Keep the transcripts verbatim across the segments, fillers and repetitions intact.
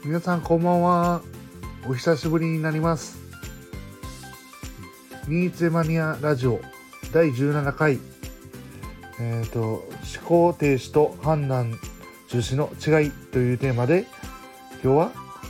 皆さんこんばんは。お久しぶりになります。ニーツェマニアラジオだいじゅうななかい、えーと思考停止と判断中止の違いというテーマで今日は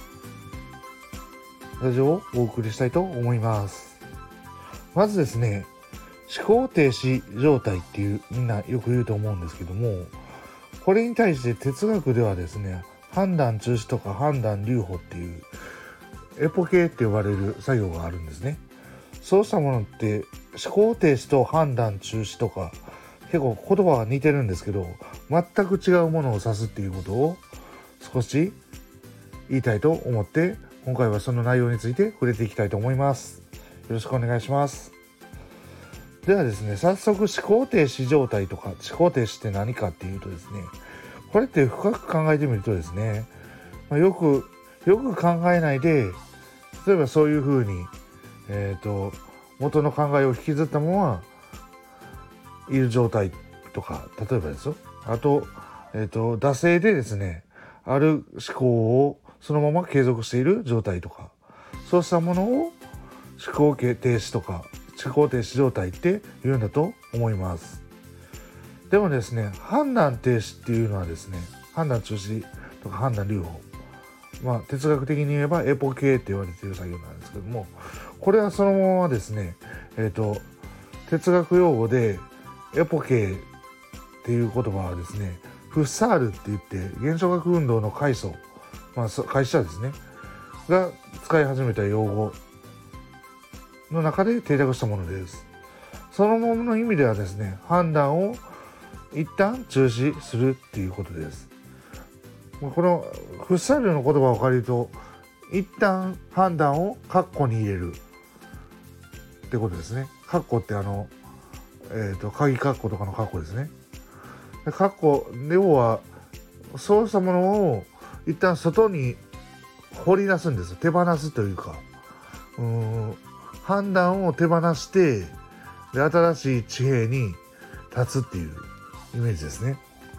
ラジオをお送りしたいと思います。まずですね、思考停止状態っていうみんなよく言うと思うんですけども、これに対して哲学ではですね、判断中止とか判断留保っていうエポケって呼ばれる作業があるんですね。そうしたものって思考停止と判断中止とか結構言葉が似てるんですけど、全く違うものを指すっていうことを少し言いたいと思って、今回はその内容について触れていきたいと思います。よろしくお願いします。ではですね、早速思考停止状態とか思考停止って何かっていうとですね、これって深く考えてみるとですね、まあ、よくよく考えないで、例えばそういうふうに、えーと、元の考えを引きずったままいる状態とか、例えばですよ。あと、えーと、惰性でですね、ある思考をそのまま継続している状態とか、そうしたものを思考停止とか思考停止状態って言うんだと思います。でもですね、判断停止っていうのはですね、判断中止とか判断留保、まあ哲学的に言えばエポケって言われている作業なんですけども、これはそのままですね、えっと哲学用語でエポケっていう言葉はですね、フッサールって言って現象学運動の開祖、まあ会社ですねが使い始めた用語の中で定着したものです。そのままの意味ではですね、判断を一旦中止するっていうことです。このフッサールの言葉を借りると、一旦判断をカッコに入れるってことですね。カッコってあの、えーと、鍵カッコとかのカッコですね。でカッコで要はそうしたものを一旦外に放り出すんです。手放すというか、うーん判断を手放してで新しい地平に立つっていうイメージですね。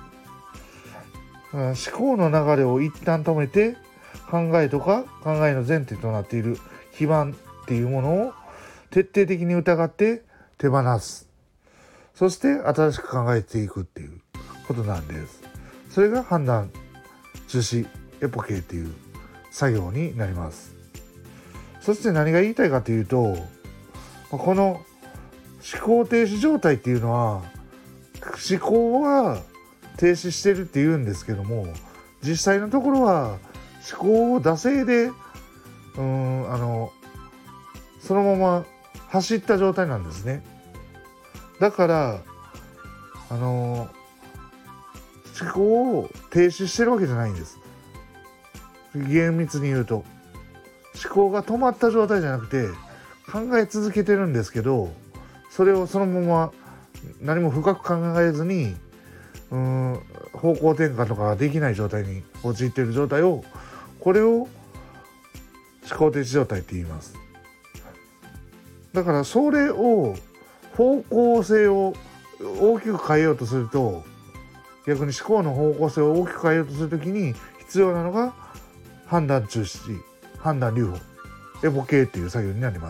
思考の流れを一旦止めて、考えとか考えの前提となっている基盤っていうものを徹底的に疑って手放す。そして新しく考えていくっていうことなんです。それが判断中止エポケっていう作業になります。そして何が言いたいかというと、この思考停止状態っていうのは、思考は停止してるって言うんですけども、実際のところは思考を惰性でうーんあのそのまま走った状態なんですね。だからあの思考を停止してるわけじゃないんです。厳密に言うと思考が止まった状態じゃなくて、考え続けてるんですけど、それをそのまま何も深く考えずにうーん方向転換とかができない状態に陥っている状態を、これを思考停止状態って言います。だからそれを方向性を大きく変えようとすると、逆に思考の方向性を大きく変えようとするときに必要なのが判断中止、判断留保、エポケっていう作業になります。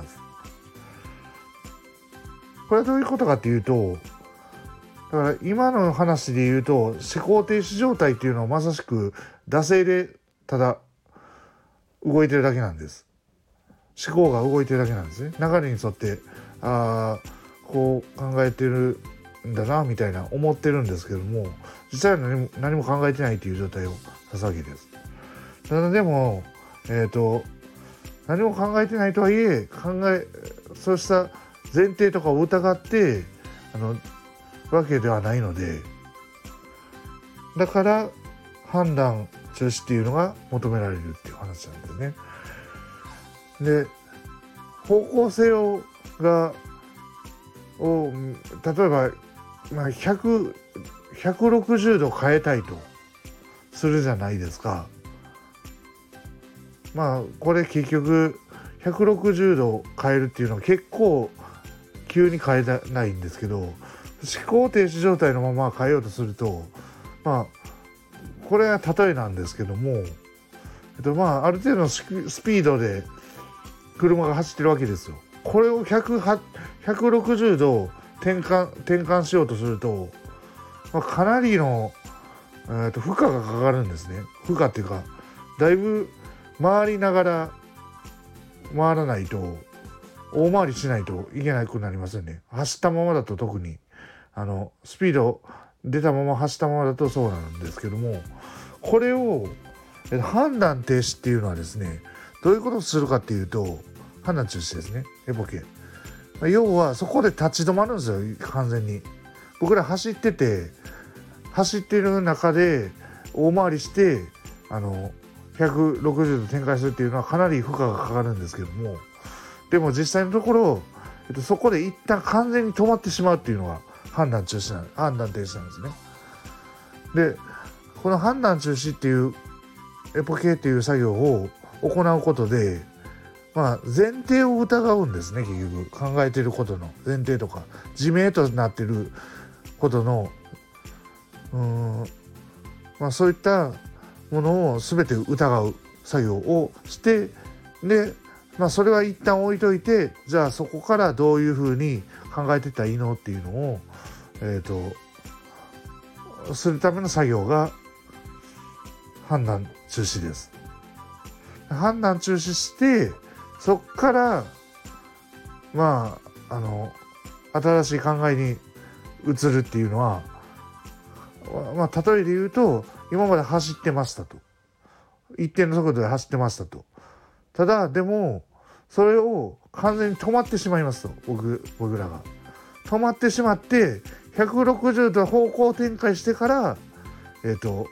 これはどういうことかっていうと、だから今の話で言うと、思考停止状態っていうのはまさしく惰性でただ動いてるだけなんです。思考が動いてるだけなんですね。流れに沿ってあこう考えてるんだなみたいな思ってるんですけども、実際は何も、何も考えてないという状態を指すわけです。ただでも、えーと、何も考えてないとはいえ、考えそうした前提とかを疑ってあのわけではないので、だから判断中止っていうのが求められるっていう話なんですね。で、方向性をがを例えば、まあ、ひゃく、ひゃくろくじゅうど変えたいとするじゃないですか。まあこれ結局ひゃくろくじゅうど変えるっていうのは結構急に変えないんですけど、思考停止状態のまま変えようとすると、まあこれは例えなんですけども、 えっとまあある程度のスピードで車が走ってるわけですよ。これをひゃくろくじゅうど転換転換しようとすると、まあ、かなりの、えー、と負荷がかかるんですね。負荷っていうかだいぶ回りながら回らないと、大回りしないといけなくなりますよね。走ったままだと特にあのスピード出たまま走ったままだとそうなんですけども、これを判断停止っていうのはですね、どういうことをするかっていうと、判断中止ですね、エポケ。要はそこで立ち止まるんですよ、完全に。僕ら走ってて走ってる中で大回りしてあのひゃくろくじゅうど展開するっていうのはかなり負荷がかかるんですけども、でも実際のところ、えっと、そこで一旦完全に止まってしまうっていうのが判断中止なん判断停止なんですね。でこの判断中止っていうエポケっていう作業を行うことで、まあ、前提を疑うんですね。結局考えていることの前提とか自明となっていることのうーん、まあ、そういったものを全て疑う作業をして、で、まあ、それは一旦置いといて、じゃあそこからどういうふうに考えていったらいいのっていうのを、えーと、するための作業が判断中止です。判断中止してそこからまああの新しい考えに移るっていうのは、まあ例えで言うと、今まで走ってましたと、一定の速度で走ってましたと、ただでもそれを完全に止まってしまいますと、僕僕らが止まってしまってひゃくろくじゅうど方向転換してからえっと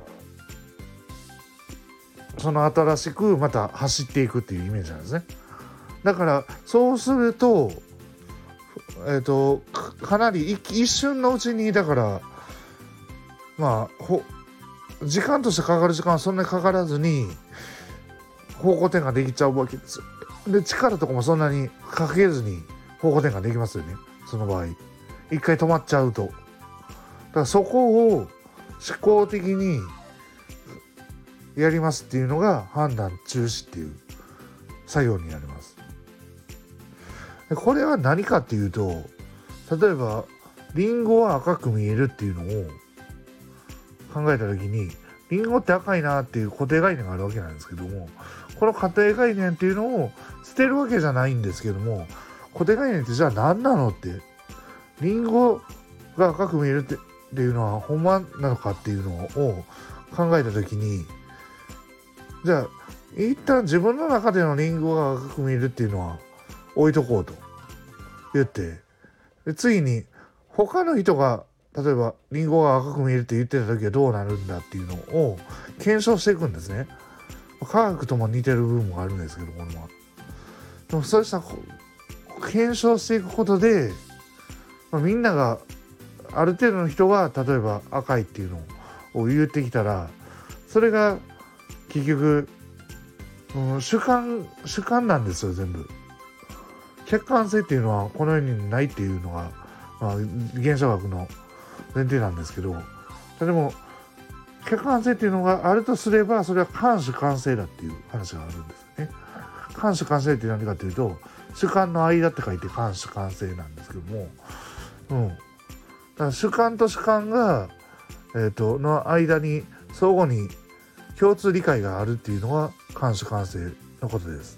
その新しくまた走っていくっていうイメージなんですね。だからそうすると、えっとかなり一瞬のうちに、だからまあほ時間としてかかる時間はそんなにかからずに方向転換できちゃうわけですよ。で力とかもそんなにかけずに方向転換できますよね、その場合。一回止まっちゃうと。だからそこを思考的にやりますっていうのが判断中止っていう作業になります。これは何かっていうと、例えばリンゴは赤く見えるっていうのを考えた時に、リンゴって赤いなっていう固定概念があるわけなんですけども、この固定概念っていうのを捨てるわけじゃないんですけども、固定概念ってじゃあ何なのって、リンゴが赤く見えるってっていうのはほんまなのかっていうのを考えた時に、じゃあ一旦自分の中でのリンゴが赤く見えるっていうのは置いとこうと言って、で次に他の人が例えばリンゴが赤く見えるって言ってた時はどうなるんだっていうのを検証していくんですね。科学とも似てる部分もあるんですけど、これはでもそうした検証していくことで、まあ、みんながある程度の人が例えば赤いっていうのを言ってきたら、それが結局、うん、主観主観なんですよ。全部客観性っていうのはこの世にないっていうのが、まあ、現象学の前提なんですけど、でも客観性っていうのがあるとすれば、それは観主観性だっていう話があるんですよね。観主観性って何かというと、主観の間って書いて観主観性なんですけども、うん、だから主観と主観が、えーと、の間に相互に共通理解があるっていうのが観主観性のことです。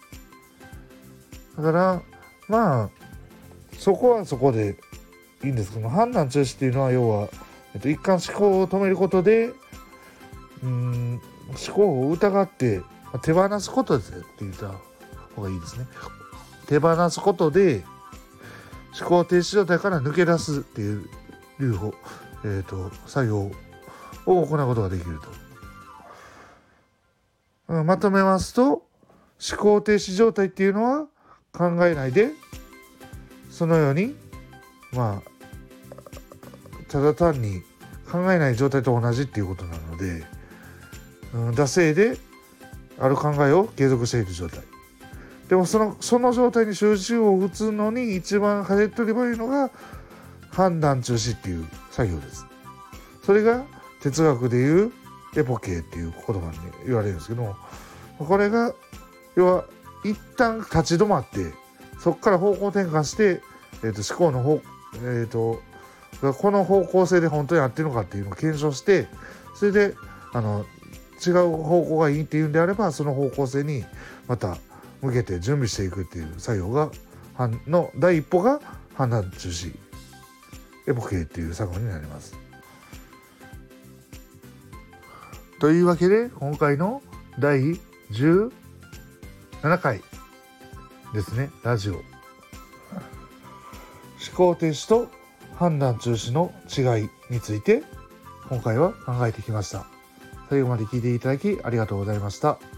だからまあそこはそこでいいんですけど、判断中止っていうのは要は、えっと、一貫思考を止めることで、うーん思考を疑って手放すことですって言った方がいいですね。手放すことで思考停止状態から抜け出すっていう流法、えーと、作業を行うことができると。まとめますと、思考停止状態っていうのは考えないで、そのようにまあただ単に考えない状態と同じっていうことなので、うん、惰性である考えを継続している状態。でもそのその状態に集中を打つのに一番手っ取り早いのが判断中止っていう作業です。それが哲学でいうエポケーっていう言葉に言われるんですけども、これが要は一旦立ち止まってそこから方向転換して、えー、と思考の方、えー、とこの方向性で本当に合ってるのかっていうのを検証して、それであの違う方向がいいっていうんであればその方向性にまた向けて準備していくっていう作業がの第一歩が判断中止エポケーっていう作業になります。というわけで今回のだいじゅうななかいですね、ラジオ思考停止と判断中止の違いについて今回は考えてきました。最後まで聞いていただきありがとうございました。